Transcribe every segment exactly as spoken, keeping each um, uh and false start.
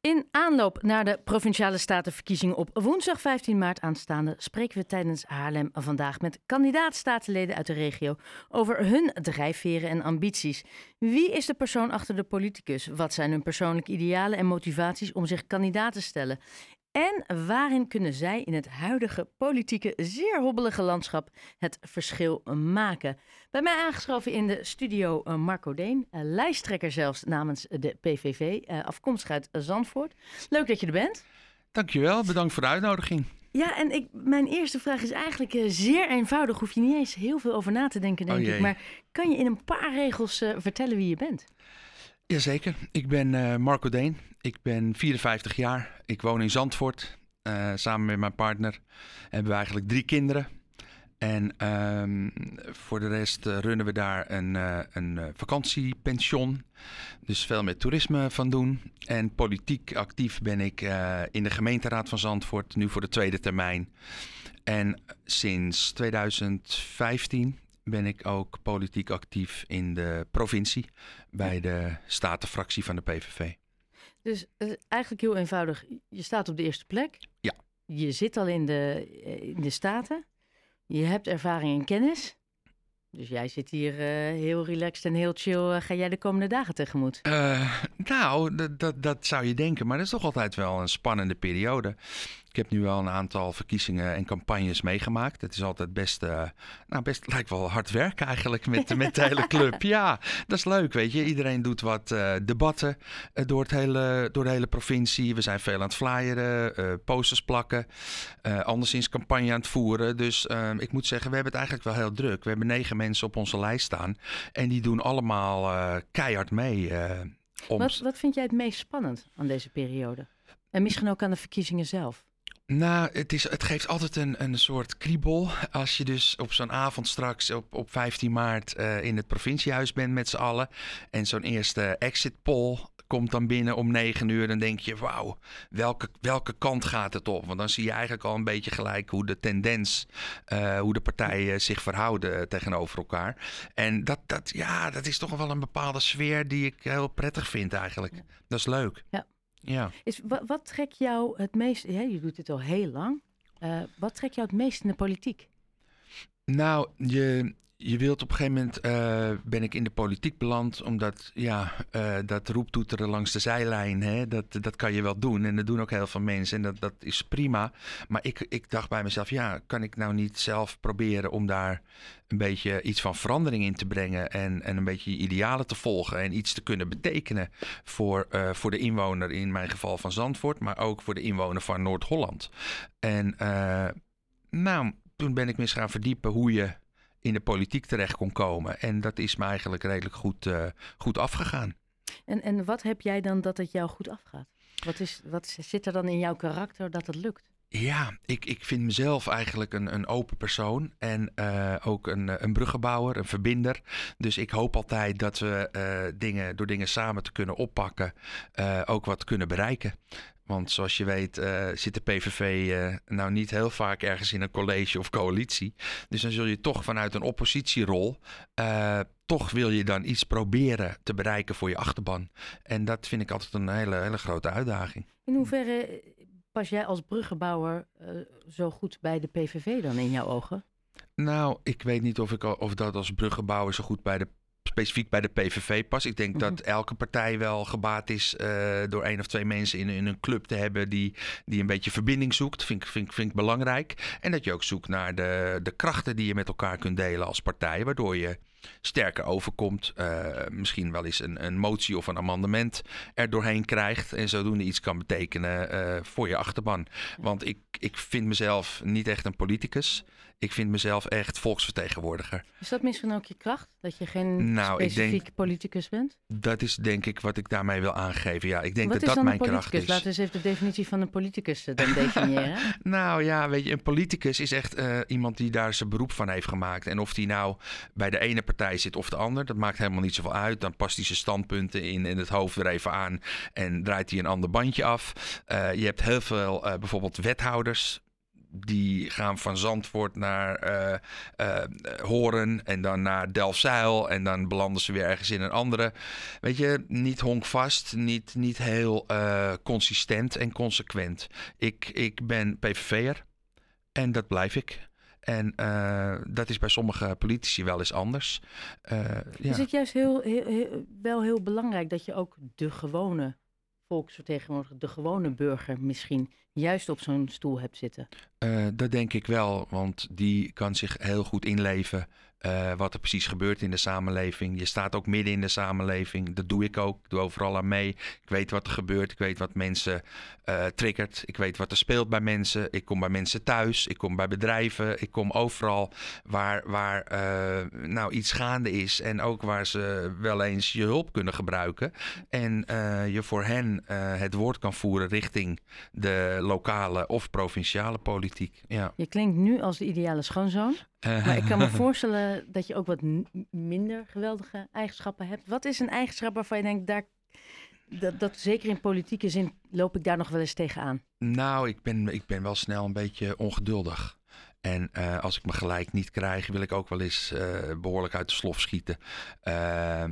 In aanloop naar de Provinciale Statenverkiezingen op woensdag vijftien maart aanstaande spreken we tijdens Haarlem vandaag met kandidaat-statenleden uit de regio over hun drijfveren en ambities. Wie is de persoon achter de politicus? Wat zijn hun persoonlijke idealen en motivaties om zich kandidaat te stellen? En waarin kunnen zij in het huidige politieke, zeer hobbelige landschap het verschil maken? Bij mij aangeschoven in de studio uh, Marco Deen, uh, lijsttrekker zelfs namens de P V V, uh, afkomstig uit Zandvoort. Leuk dat je er bent. Dankjewel, bedankt voor de uitnodiging. Ja, en ik, mijn eerste vraag is eigenlijk uh, zeer eenvoudig. Hoef je niet eens heel veel over na te denken, denk oh ik. Maar kan je in een paar regels uh, vertellen wie je bent? Jazeker, ik ben uh, Marco Deen. Ik ben vierenvijftig jaar. Ik woon in Zandvoort. Uh, samen met mijn partner hebben we eigenlijk drie kinderen. En um, voor de rest uh, runnen we daar een, uh, een uh, vakantiepension. Dus veel met toerisme van doen. En politiek actief ben ik uh, in de gemeenteraad van Zandvoort. Nu voor de tweede termijn. En sinds tweeduizend vijftien ben ik ook politiek actief in de provincie. Bij de statenfractie van de P V V. Dus uh, eigenlijk heel eenvoudig. Je staat op de eerste plek. Ja. Je zit al in de, in de Staten. Je hebt ervaring en kennis. Dus jij zit hier uh, heel relaxed en heel chill. Uh, ga jij de komende dagen tegemoet? Uh, nou, dat, dat, dat zou je denken. Maar dat is toch altijd wel een spannende periode. Ik heb nu al een aantal verkiezingen en campagnes meegemaakt. Het is altijd best, uh, nou best lijkt wel hard werken eigenlijk met, met de hele club. Ja, dat is leuk, weet je. Iedereen doet wat uh, debatten uh, door, het hele, door de hele provincie. We zijn veel aan het flyeren, uh, posters plakken, uh, anderszins campagne aan het voeren. Dus uh, ik moet zeggen, we hebben het eigenlijk wel heel druk. We hebben negen mensen op onze lijst staan en die doen allemaal uh, keihard mee. Uh, om... wat, wat vind jij het meest spannend aan deze periode? En misschien ook aan de verkiezingen zelf? Nou, het, is, het geeft altijd een, een soort kriebel. Als je dus op zo'n avond straks op, op vijftien maart uh, in het provinciehuis bent met z'n allen. En zo'n eerste exit poll komt dan binnen om negen uur. Dan denk je, wauw, welke, welke kant gaat het op? Want dan zie je eigenlijk al een beetje gelijk hoe de tendens, uh, hoe de partijen zich verhouden tegenover elkaar. En dat, dat, ja, dat is toch wel een bepaalde sfeer die ik heel prettig vind eigenlijk. Ja. Dat is leuk. Ja. Ja. Is, wat, wat trekt jou het meest, ja, je doet dit al heel lang, uh, wat trekt jou het meest in de politiek? Nou, je, je wilt op een gegeven moment, uh, ben ik in de politiek beland, omdat ja, uh, dat roeptoeteren langs de zijlijn, hè, dat, dat kan je wel doen. En dat doen ook heel veel mensen en dat, dat is prima. Maar ik, ik dacht bij mezelf, ja, kan ik nou niet zelf proberen om daar een beetje iets van verandering in te brengen en, en een beetje idealen te volgen en iets te kunnen betekenen voor, uh, voor de inwoner, in mijn geval van Zandvoort, maar ook voor de inwoner van Noord-Holland. En uh, nou, toen ben ik me eens gaan verdiepen hoe je in de politiek terecht kon komen. En dat is me eigenlijk redelijk goed, uh, goed afgegaan. En, en wat heb jij dan dat het jou goed afgaat? Wat, is, wat zit er dan in jouw karakter dat het lukt? Ja, ik, ik vind mezelf eigenlijk een, een open persoon en uh, ook een, een bruggenbouwer, een verbinder. Dus ik hoop altijd dat we uh, dingen, door dingen samen te kunnen oppakken, uh, ook wat kunnen bereiken. Want zoals je weet uh, zit de P V V uh, nou niet heel vaak ergens in een college of coalitie. Dus dan zul je toch vanuit een oppositierol, uh, toch wil je dan iets proberen te bereiken voor je achterban. En dat vind ik altijd een hele, hele grote uitdaging. In hoeverre pas jij als bruggenbouwer uh, zo goed bij de P V V dan in jouw ogen? Nou, ik weet niet of, ik, of dat als bruggenbouwer zo goed bij de specifiek bij de P V V pas. Ik denk mm-hmm. dat elke partij wel gebaat is uh, door één of twee mensen in, in een club te hebben die, die een beetje verbinding zoekt. Vind, vind, vind ik belangrijk. En dat je ook zoekt naar de, de krachten die je met elkaar kunt delen als partij, waardoor je sterker overkomt. Uh, misschien wel eens een, een motie of een amendement er doorheen krijgt en zodoende iets kan betekenen uh, voor je achterban. Want ik, ik vind mezelf niet echt een politicus. Ik vind mezelf echt volksvertegenwoordiger. Is dat misschien ook je kracht? Dat je geen nou, specifiek denk, politicus bent? Dat is denk ik wat ik daarmee wil aangeven. Ja, ik denk wat dat dat mijn kracht is. Laten we eens even de definitie van een politicus dan definiëren. Nou ja, weet je, een politicus is echt uh, iemand die daar zijn beroep van heeft gemaakt. En of die nou bij de ene partij zit of de ander, dat maakt helemaal niet zoveel uit. Dan past hij zijn standpunten in, in het hoofd er even aan en draait hij een ander bandje af. Uh, je hebt heel veel uh, bijvoorbeeld wethouders. die gaan van Zandvoort naar uh, uh, Hoorn en dan naar Delfzijl. En dan belanden ze weer ergens in een andere. Weet je, niet honkvast, niet, niet heel uh, consistent en consequent. Ik, ik ben P V V'er en dat blijf ik. En uh, dat is bij sommige politici wel eens anders. Uh, ja. Is het juist heel, heel, heel, wel heel belangrijk dat je ook de gewone volksvertegenwoordiger, de gewone burger misschien juist op zo'n stoel hebt zitten? Uh, dat denk ik wel, want die kan zich heel goed inleven. Uh, wat er precies gebeurt in de samenleving. Je staat ook midden in de samenleving. Dat doe ik ook. Ik doe overal aan mee. Ik weet wat er gebeurt. Ik weet wat mensen uh, triggert. Ik weet wat er speelt bij mensen. Ik kom bij mensen thuis. Ik kom bij bedrijven. Ik kom overal waar, waar uh, nou iets gaande is. En ook waar ze wel eens je hulp kunnen gebruiken. En uh, je voor hen uh, het woord kan voeren richting de lokale of provinciale politiek. Ja. Je klinkt nu als de ideale schoonzoon. Uh, maar ik kan me voorstellen dat je ook wat n- minder geweldige eigenschappen hebt. Wat is een eigenschap waarvan je denkt, daar, dat, dat zeker in politieke zin loop ik daar nog wel eens tegenaan? Nou, ik ben, ik ben wel snel een beetje ongeduldig. En uh, als ik me gelijk niet krijg, wil ik ook wel eens uh, behoorlijk uit de slof schieten. Uh,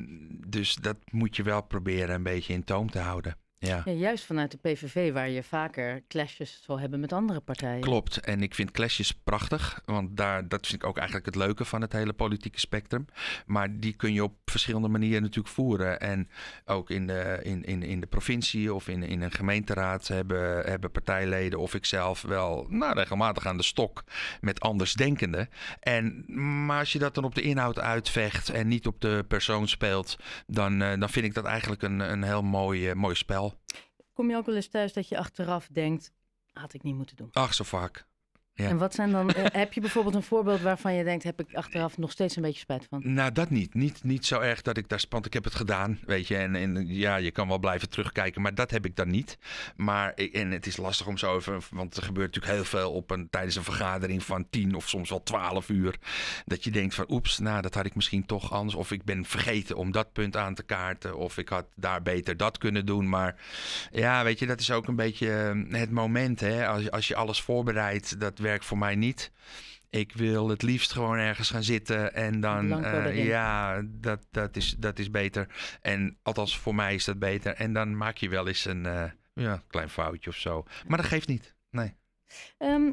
dus dat moet je wel proberen een beetje in toom te houden. Ja. Ja, juist vanuit de P V V, waar je vaker clashes zal hebben met andere partijen. Klopt, en ik vind clashes prachtig, want daar, dat vind ik ook eigenlijk het leuke van het hele politieke spectrum. Maar die kun je op verschillende manieren natuurlijk voeren. En ook in de, in, in, in de provincie of in, in een gemeenteraad hebben, hebben partijleden of ikzelf wel nou, regelmatig aan de stok met andersdenkenden. En, maar als je dat dan op de inhoud uitvecht en niet op de persoon speelt, dan, uh, dan vind ik dat eigenlijk een, een heel mooi, uh, mooi spel. Kom je ook wel eens thuis dat je achteraf denkt, had ik niet moeten doen? Ach, zo vaak. Ja. En wat zijn dan, uh, heb je bijvoorbeeld een voorbeeld waarvan je denkt, heb ik achteraf nog steeds een beetje spijt van? Nou, dat niet. Niet, niet zo erg dat ik daar spant. Ik heb het gedaan, weet je. En, en ja, je kan wel blijven terugkijken, maar dat heb ik dan niet. Maar, en het is lastig om zo over, want er gebeurt natuurlijk heel veel op een, tijdens een vergadering van tien of soms wel twaalf uur. Dat je denkt van, oeps, nou, dat had ik misschien toch anders. Of ik ben vergeten om dat punt aan te kaarten. Of ik had daar beter dat kunnen doen. Maar ja, weet je, dat is ook een beetje het moment, hè. Als, als je alles voorbereidt, dat werkt voor mij niet. Ik wil het liefst gewoon ergens gaan zitten en dan, uh, ja, dat, dat, is, dat is beter. En althans, voor mij is dat beter. En dan maak je wel eens een uh, ja, klein foutje of zo. Maar dat geeft niet, nee. Um,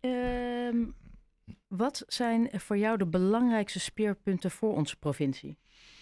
um, wat zijn voor jou de belangrijkste speerpunten voor onze provincie?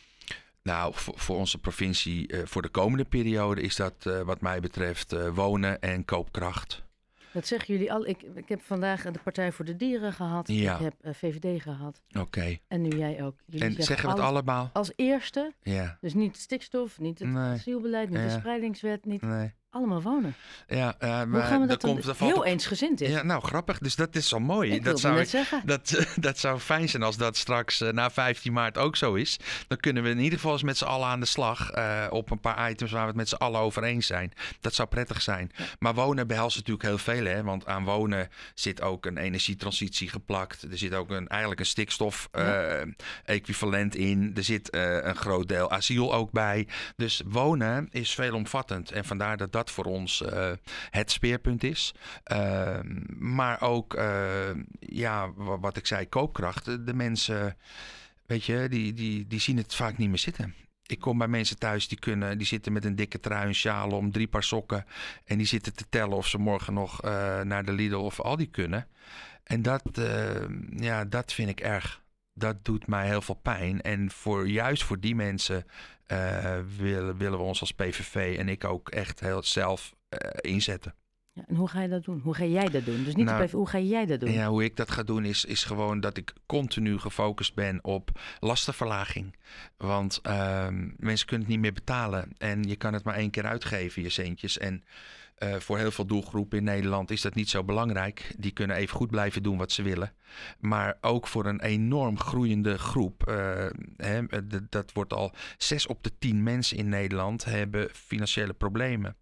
Nou, voor, voor onze provincie, uh, voor de komende periode is dat uh, wat mij betreft uh, wonen en koopkracht. Dat zeggen jullie al. Ik, ik heb vandaag de Partij voor de Dieren gehad. Ja. Ik heb uh, V V D gehad. Oké. Okay. En nu jij ook. Jullie en zeggen, zeggen we het alle, allemaal? Als eerste. Ja. Dus niet stikstof, niet het nee. asielbeleid, niet ja. de spreidingswet, niet... Nee. Allemaal wonen. Ja, uh, maar hoe gaan we dat dan komt, heel op... eensgezind is? Ja, nou, grappig. Dus dat is zo mooi. Ik dat zou net ik, zeggen. Dat, dat zou fijn zijn als dat straks uh, na vijftien maart ook zo is. Dan kunnen we in ieder geval eens met z'n allen aan de slag uh, op een paar items waar we het met z'n allen over eens zijn. Dat zou prettig zijn. Ja. Maar wonen behelst natuurlijk heel veel, hè? Want aan wonen zit ook een energietransitie geplakt. Er zit ook een, eigenlijk een stikstof uh, ja. equivalent in. Er zit uh, een groot deel asiel ook bij. Dus wonen is veelomvattend. En vandaar dat dat voor ons uh, het speerpunt is. Uh, maar ook, uh, ja, wat ik zei, koopkracht. De mensen, weet je, die, die, die zien het vaak niet meer zitten. Ik kom bij mensen thuis die kunnen, die zitten met een dikke trui, een sjaal om, drie paar sokken. En die zitten te tellen of ze morgen nog uh, naar de Lidl of Aldi kunnen. En dat, uh, ja, dat vind ik erg. Dat doet mij heel veel pijn. En voor, juist voor die mensen uh, willen, willen we ons als P V V en ik ook echt heel zelf uh, inzetten. Ja, en hoe ga je dat doen? Hoe ga jij dat doen? Dus niet nou, de P V V, hoe ga jij dat doen? Ja, hoe ik dat ga doen is, is gewoon dat ik continu gefocust ben op lastenverlaging. Want uh, mensen kunnen het niet meer betalen. En je kan het maar één keer uitgeven, je centjes. En Uh, voor heel veel doelgroepen in Nederland is dat niet zo belangrijk. Die kunnen even goed blijven doen wat ze willen. Maar ook voor een enorm groeiende groep. Uh, hè, d- dat wordt al zes op de tien mensen in Nederland hebben financiële problemen.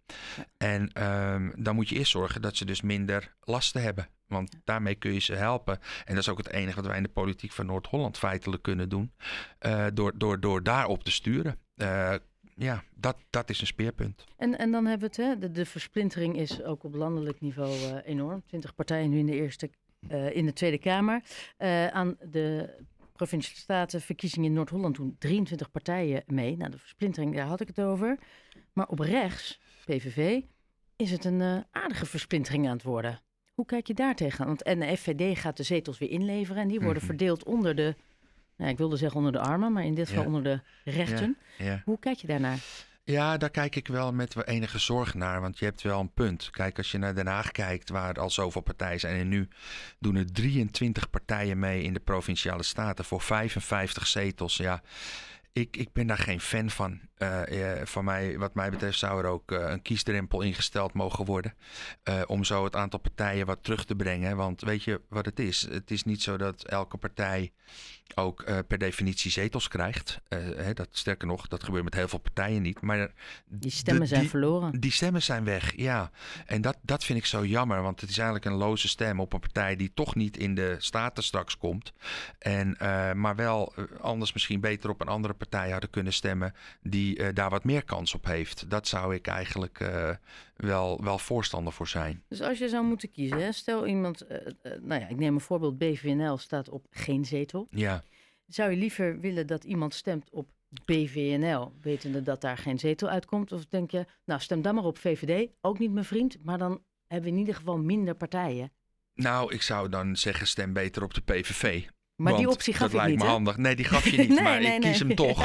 En uh, dan moet je eerst zorgen dat ze dus minder lasten hebben. Want daarmee kun je ze helpen. En dat is ook het enige wat wij in de politiek van Noord-Holland feitelijk kunnen doen. Uh, door, door, door daarop te sturen. Uh, ja, dat, dat is een speerpunt. En, en dan hebben we het, hè, de, de versplintering is ook op landelijk niveau uh, enorm. twintig partijen nu in de, eerste, uh, in de Tweede Kamer. Uh, aan de Provinciale Statenverkiezingen in Noord-Holland doen drieëntwintig partijen mee. Nou, de versplintering, daar had ik het over. Maar op rechts, P V V, is het een uh, aardige versplintering aan het worden. Hoe kijk je daar tegenaan? Want en de F V D gaat de zetels weer inleveren en die worden mm-hmm. verdeeld onder de, nou, ik wilde zeggen onder de armen, maar in dit geval ja. onder de rechten. Ja. Ja. Hoe kijk je daarnaar? Ja, daar kijk ik wel met enige zorg naar, want je hebt wel een punt. Kijk, als je naar Den Haag kijkt, waar al zoveel partijen zijn en nu doen er drieëntwintig partijen mee in de Provinciale Staten voor vijfenvijftig zetels. Ja, ik, ik ben daar geen fan van. Uh, uh, van mij, wat mij betreft zou er ook uh, een kiesdrempel ingesteld mogen worden. Uh, om zo het aantal partijen wat terug te brengen. Want weet je wat het is? Het is niet zo dat elke partij ook uh, per definitie zetels krijgt. Uh, hè, dat, sterker nog, dat gebeurt met heel veel partijen niet. Maar die stemmen de, zijn die, verloren. Die stemmen zijn weg, ja. En dat, dat vind ik zo jammer. Want het is eigenlijk een loze stem op een partij die toch niet in de Staten straks komt. En, uh, maar wel uh, anders misschien beter op een andere partij hadden kunnen stemmen die Uh, daar wat meer kans op heeft. Dat zou ik eigenlijk uh, wel, wel voorstander voor zijn. Dus als je zou moeten kiezen, hè? Stel iemand, uh, uh, nou ja, ik neem een voorbeeld, B V N L staat op geen zetel. Ja. Zou je liever willen dat iemand stemt op B V N L, wetende dat daar geen zetel uitkomt? Of denk je, nou stem dan maar op V V D, ook niet mijn vriend, maar dan hebben we in ieder geval minder partijen. Nou, ik zou dan zeggen, stem beter op de P V V. Maar Want die optie gaf dat ik lijkt niet, me hè? handig. Nee, die gaf je niet, nee, maar nee, ik kies nee. hem toch.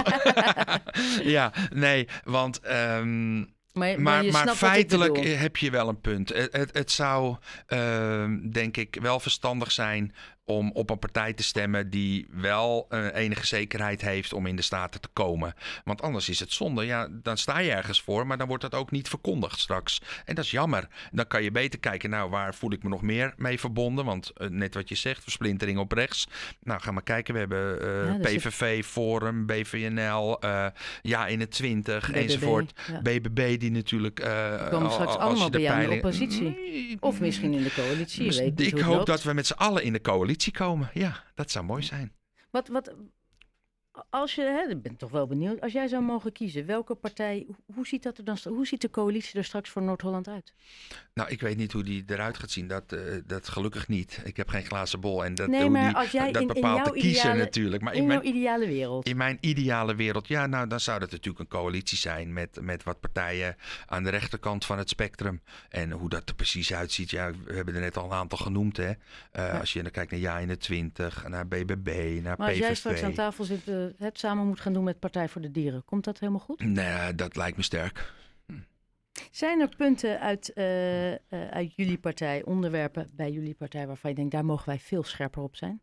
Ja, nee, want Um, maar, maar, maar, maar feitelijk heb je wel een punt. Het, het, het zou, uh, denk ik, wel verstandig zijn om op een partij te stemmen die wel uh, enige zekerheid heeft om in de Staten te komen. Want anders is het zonde. Ja, dan sta je ergens voor, maar dan wordt dat ook niet verkondigd straks. En dat is jammer. Dan kan je beter kijken, nou, waar voel ik me nog meer mee verbonden? Want uh, net wat je zegt, versplintering op rechts. Nou, ga maar kijken. We hebben uh, ja, P V V, het... Forum, B V N L, uh, Ja eenentwintig, B B B, enzovoort. Ja. B B B die natuurlijk Uh, we komen straks als allemaal bij jou in de oppositie. Of misschien in de coalitie. Je weet niet ik hoop dat we met z'n allen in de coalitie komen. Ja, dat zou mooi zijn. Wat, wat, als je, hè, ik ben toch wel benieuwd. Als jij zou mogen kiezen, welke partij, hoe ziet, dat er dan, hoe ziet de coalitie er straks voor Noord-Holland uit? Nou, ik weet niet hoe die eruit gaat zien. Dat, uh, dat gelukkig niet. Ik heb geen glazen bol. En dat, nee, hoe maar die, als jij dat in, bepaalt in jouw de kiezer ideale, natuurlijk. Maar in, in mijn, jouw ideale wereld. In mijn ideale wereld, ja, nou, dan zou dat natuurlijk een coalitie zijn met, met wat partijen aan de rechterkant van het spectrum. En hoe dat er precies uitziet, ja, we hebben er net al een aantal genoemd, hè. Uh, ja. Als je dan kijkt naar Ja eenentwintig, naar B B B, naar maar P V V. Als jij straks aan tafel zit, uh, het samen moet gaan doen met Partij voor de Dieren, komt dat helemaal goed? Nee, dat lijkt me sterk. Hm. Zijn er punten uit, uh, uh, uit jullie partij, onderwerpen bij jullie partij, waarvan je denkt, daar mogen wij veel scherper op zijn?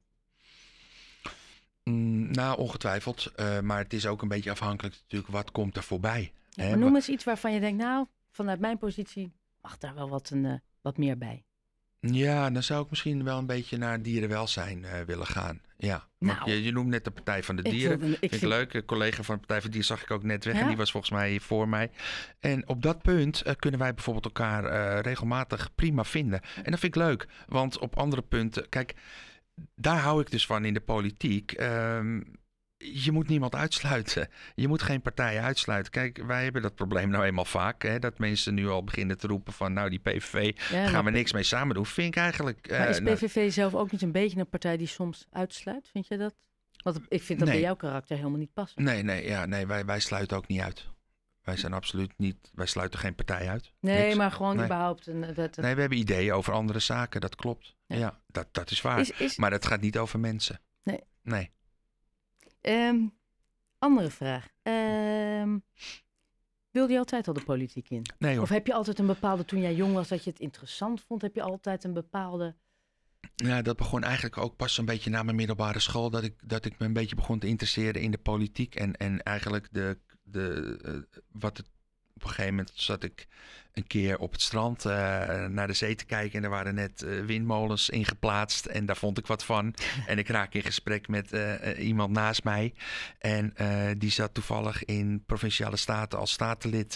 Mm, nou, ongetwijfeld. Uh, maar het is ook een beetje afhankelijk natuurlijk, wat komt er voorbij? Ja, maar noem eens iets waarvan je denkt, nou, vanuit mijn positie mag daar wel wat, een, uh, wat meer bij. Ja, dan zou ik misschien wel een beetje naar dierenwelzijn uh, willen gaan. Ja, nou, je, je noemt net de Partij van de Dieren. Ik vind, ik vind, vind ik leuk. Een collega van de Partij van de Dieren zag ik ook net weg. Ja? En die was volgens mij voor mij. En op dat punt uh, kunnen wij bijvoorbeeld elkaar uh, regelmatig prima vinden. En dat vind ik leuk. Want op andere punten, kijk, daar hou ik dus van in de politiek. Um, Je moet niemand uitsluiten. Je moet geen partijen uitsluiten. Kijk, wij hebben dat probleem nou eenmaal vaak. Hè, dat mensen nu al beginnen te roepen van, nou, die P V V, ja, gaan we niks mee samen doen. Vind ik eigenlijk. Maar uh, is P V V nou, zelf ook niet een beetje een partij die soms uitsluit? Vind je dat? Want ik vind dat nee. bij jouw karakter helemaal niet passen. Nee, nee, ja, nee wij, wij sluiten ook niet uit. Wij zijn absoluut niet, wij sluiten geen partij uit. Nee, niks. maar gewoon nee. überhaupt. Een, dat, dat... Nee, we hebben ideeën over andere zaken, dat klopt. Ja, ja dat, dat is waar. Is, is... Maar het gaat niet over mensen. Nee. Nee. Um, andere vraag. Um, wilde je altijd al de politiek in? Nee hoor. Of heb je altijd een bepaalde, toen jij jong was, dat je het interessant vond? Heb je altijd een bepaalde... Ja, dat begon eigenlijk ook pas een beetje na mijn middelbare school. Dat ik, dat ik me een beetje begon te interesseren in de politiek. En, en eigenlijk de, de, uh, wat het, op een gegeven moment zat ik een keer op het strand uh, naar de zee te kijken. En er waren net uh, windmolens ingeplaatst. En daar vond ik wat van. En ik raak in gesprek met uh, uh, iemand naast mij. En uh, die zat toevallig in Provinciale Staten als statenlid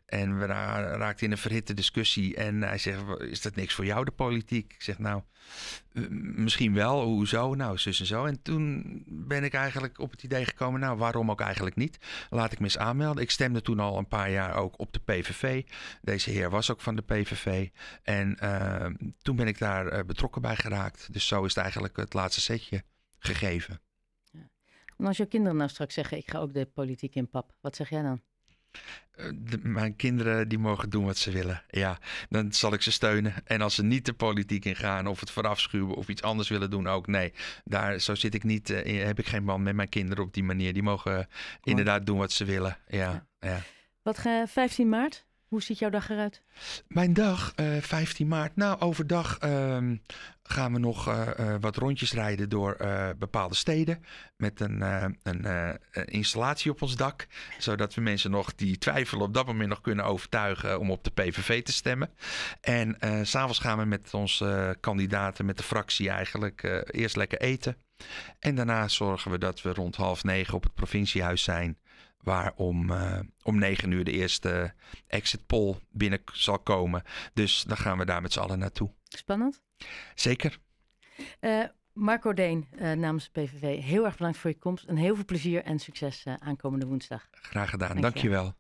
En we ra- raakten in een verhitte discussie. En hij zegt, is dat niks voor jou, de politiek? Ik zeg, nou, uh, misschien wel. Hoezo? Nou, zus en zo. En toen ben ik eigenlijk op het idee gekomen, nou, waarom ook eigenlijk niet? Laat ik me eens aanmelden. Ik stemde toen al een paar jaar ook op de P V V. Deze heer was ook van de P V V. En uh, toen ben ik daar uh, betrokken bij geraakt. Dus zo is het eigenlijk het laatste setje gegeven. Ja. En als jouw kinderen nou straks zeggen, ik ga ook de politiek in, pap. Wat zeg jij dan? De, mijn kinderen die mogen doen wat ze willen. Ja, dan zal ik ze steunen. En als ze niet de politiek in gaan of het verafschuwen of iets anders willen doen ook. Nee, daar, zo zit ik niet. Uh, heb ik geen band met mijn kinderen op die manier. Die mogen uh, inderdaad doen wat ze willen. Ja, ja. ja. Wat ga je, vijftien maart? Hoe ziet jouw dag eruit? Mijn dag, uh, vijftien maart. Nou, overdag uh, gaan we nog uh, uh, wat rondjes rijden door uh, bepaalde steden. Met een, uh, een, uh, een installatie op ons dak. Zodat we mensen nog die twijfelen op dat moment nog kunnen overtuigen om op de P V V te stemmen. En uh, 's avonds gaan we met onze uh, kandidaten, met de fractie eigenlijk, uh, eerst lekker eten. En daarna zorgen we dat we rond half negen op het provinciehuis zijn. Waar om, uh, om negen uur de eerste exit poll binnen zal komen. Dus dan gaan we daar met z'n allen naartoe. Spannend. Zeker. Uh, Marco Deen uh, namens de P V V, heel erg bedankt voor je komst. En heel veel plezier en succes uh, aankomende woensdag. Graag gedaan, dank je wel.